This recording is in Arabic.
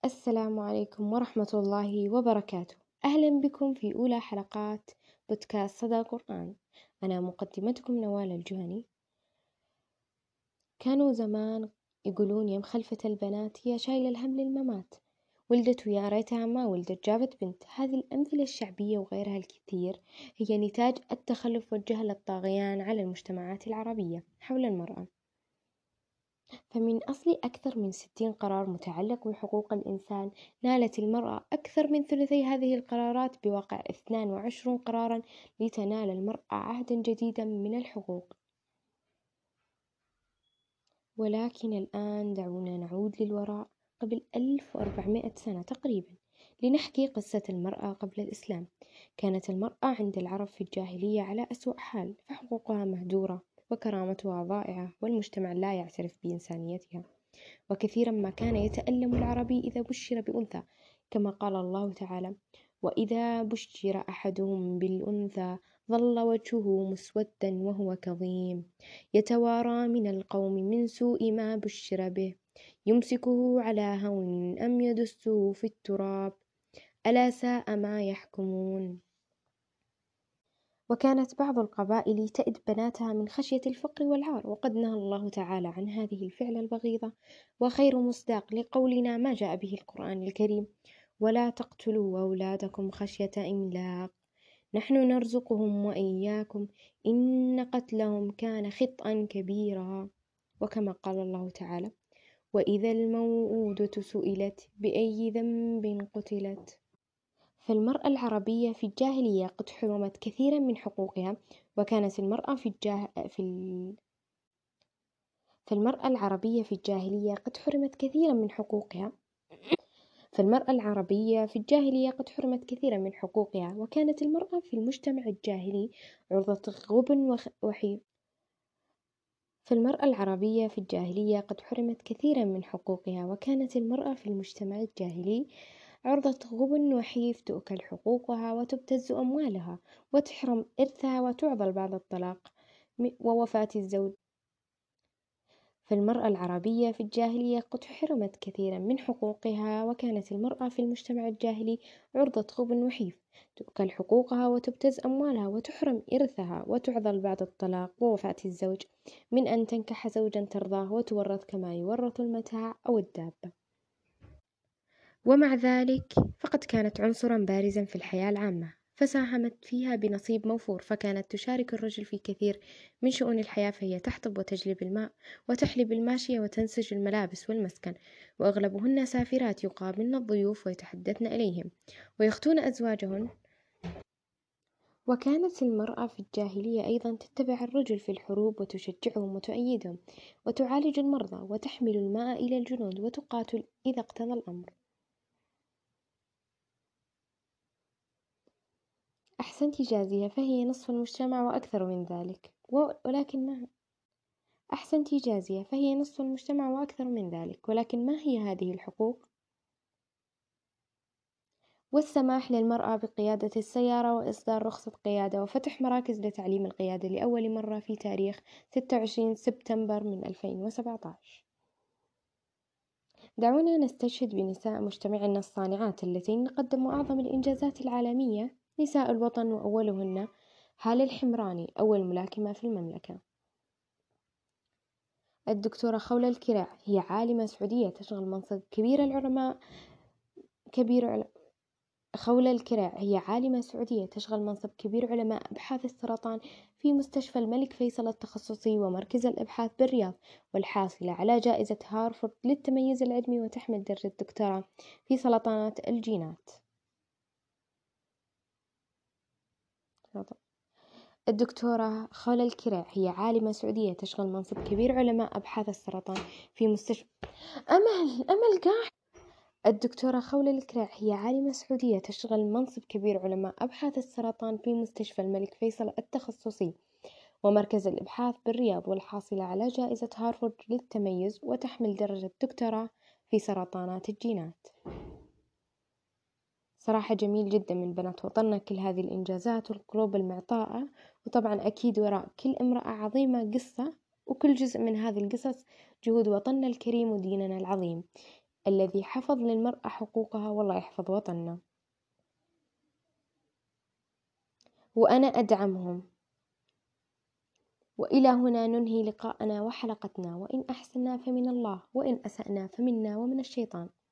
السلام عليكم ورحمة الله وبركاته. أهلا بكم في أولى حلقات بودكاست صدى القرآن. أنا مقدمتكم نوال الجهني. كانوا زمان يقولون يا مخلفة البنات هي شايلة الهم للممات، ولدت ويا ريتها ما ولدت جابت بنت. هذه الأمثلة الشعبية وغيرها الكثير هي نتاج التخلف والجهل الطاغيان على المجتمعات العربية حول المرأة. فمن أصل أكثر من 60 قرار متعلق بحقوق الإنسان، نالت المرأة أكثر من ثلثي هذه القرارات بواقع 22 قراراً لتنال المرأة عهداً جديداً من الحقوق. ولكن الآن دعونا نعود للوراء قبل 1400 سنة تقريباً لنحكي قصة المرأة قبل الإسلام. كانت المرأة عند العرب في الجاهلية على أسوأ حال، فحقوقها مهدورة وكرامتها ضائعة، والمجتمع لا يعترف بإنسانيتها. وكثيرا ما كان يتألم العربي إذا بشر بأنثى، كما قال الله تعالى: وإذا بشر أحدهم بالأنثى ظل وجهه مسودا وهو كظيم يتوارى من القوم من سوء ما بشر به يمسكه على هون أم يدسه في التراب ألا ساء ما يحكمون. وكانت بعض القبائل تئد بناتها من خشية الفقر والعار، وقد نهى الله تعالى عن هذه الفعلة البغيضة، وخير مصداق لقولنا ما جاء به القرآن الكريم: ولا تقتلوا أولادكم خشية إملاق نحن نرزقهم وإياكم إن قتلهم كان خطأ كبيرا. وكما قال الله تعالى: وإذا الموءودة سئلت بأي ذنب قتلت. فالمرأة العربية في الجاهلية قد حرمت كثيرا من حقوقها، وكانت المرأة فالمرأة العربية في الجاهلية قد حرمت كثيرا من حقوقها. وكانت المرأة في المجتمع الجاهلي عرضة غبن وحيف. فالمرأة العربية في الجاهلية قد حرمت كثيرا من حقوقها، وكانت المرأة في المجتمع الجاهلي عرضة غبن وحيف، تؤكل حقوقها وتبتز أموالها وتحرم إرثها وتعضل بعد الطلاق ووفاة الزوج. فالمرأة العربية في الجاهلية قد حرمت كثيرا من حقوقها، وكانت المرأة في المجتمع الجاهلي عرضة غبن وحيف، تؤكل حقوقها وتبتز أموالها وتحرم إرثها وتعضل بعد الطلاق ووفاة الزوج من أن تنكح زوجا ترضاه وتورث كما يورث المتاع أو الدابة. ومع ذلك فقد كانت عنصرا بارزا في الحياة العامة، فساهمت فيها بنصيب موفور، فكانت تشارك الرجل في كثير من شؤون الحياة، فهي تحطب وتجلب الماء وتحلب الماشية وتنسج الملابس والمسكن، وأغلبهن سافرات يقابلن الضيوف ويتحدثن إليهم ويختون أزواجهن. وكانت المرأة في الجاهلية أيضا تتبع الرجل في الحروب وتشجعهم وتؤيدهم وتعالج المرضى وتحمل الماء إلى الجنود وتقاتل إذا اقتضى الأمر. أحسنت جازية، فهي نصف المجتمع وأكثر من ذلك. ولكن ما هي هذه الحقوق؟ والسماح للمرأة بقيادة السيارة وإصدار رخصة قيادة وفتح مراكز لتعليم القيادة لأول مرة في تاريخ 26 سبتمبر من 2017. دعونا نستشهد بنساء مجتمعنا الصانعات اللتين قدموا أعظم الإنجازات العالمية، نساء الوطن، وأولهن هالة الحمراني أول ملاكمة في المملكة. الدكتورة خولة الكراع هي عالمة سعودية تشغل منصب كبير علماء أبحاث السرطان في مستشفى الملك فيصل التخصصي ومركز الأبحاث بالرياض، والحاصلة على جائزة هارفارد للتميز العلمي، وتحمل درجة دكتوراه في سرطانات الجينات. الدكتورة خولة الكراع هي عالمة سعودية تشغل منصب كبير علماء أبحاث السرطان في مستشفى الدكتورة خولة الكراع هي عالمة سعودية تشغل منصب كبير علماء أبحاث السرطان في مستشفى الملك فيصل التخصصي ومركز الإبحاث بالرياض، والحاصلة على جائزة هارفارد للتميز، وتحمل درجة دكتوراه في سرطانات الجينات. صراحة جميل جدا من بنات وطننا كل هذه الإنجازات والقلوب المعطاءة، وطبعا أكيد وراء كل امرأة عظيمة قصة، وكل جزء من هذه القصص جهود وطننا الكريم وديننا العظيم. الذي حفظ للمرأة حقوقها والله يحفظ وطننا، وأنا أدعمهم. وإلى هنا ننهي لقاءنا وحلقتنا، وإن أحسنا فمن الله، وإن أسأنا فمنا ومن الشيطان.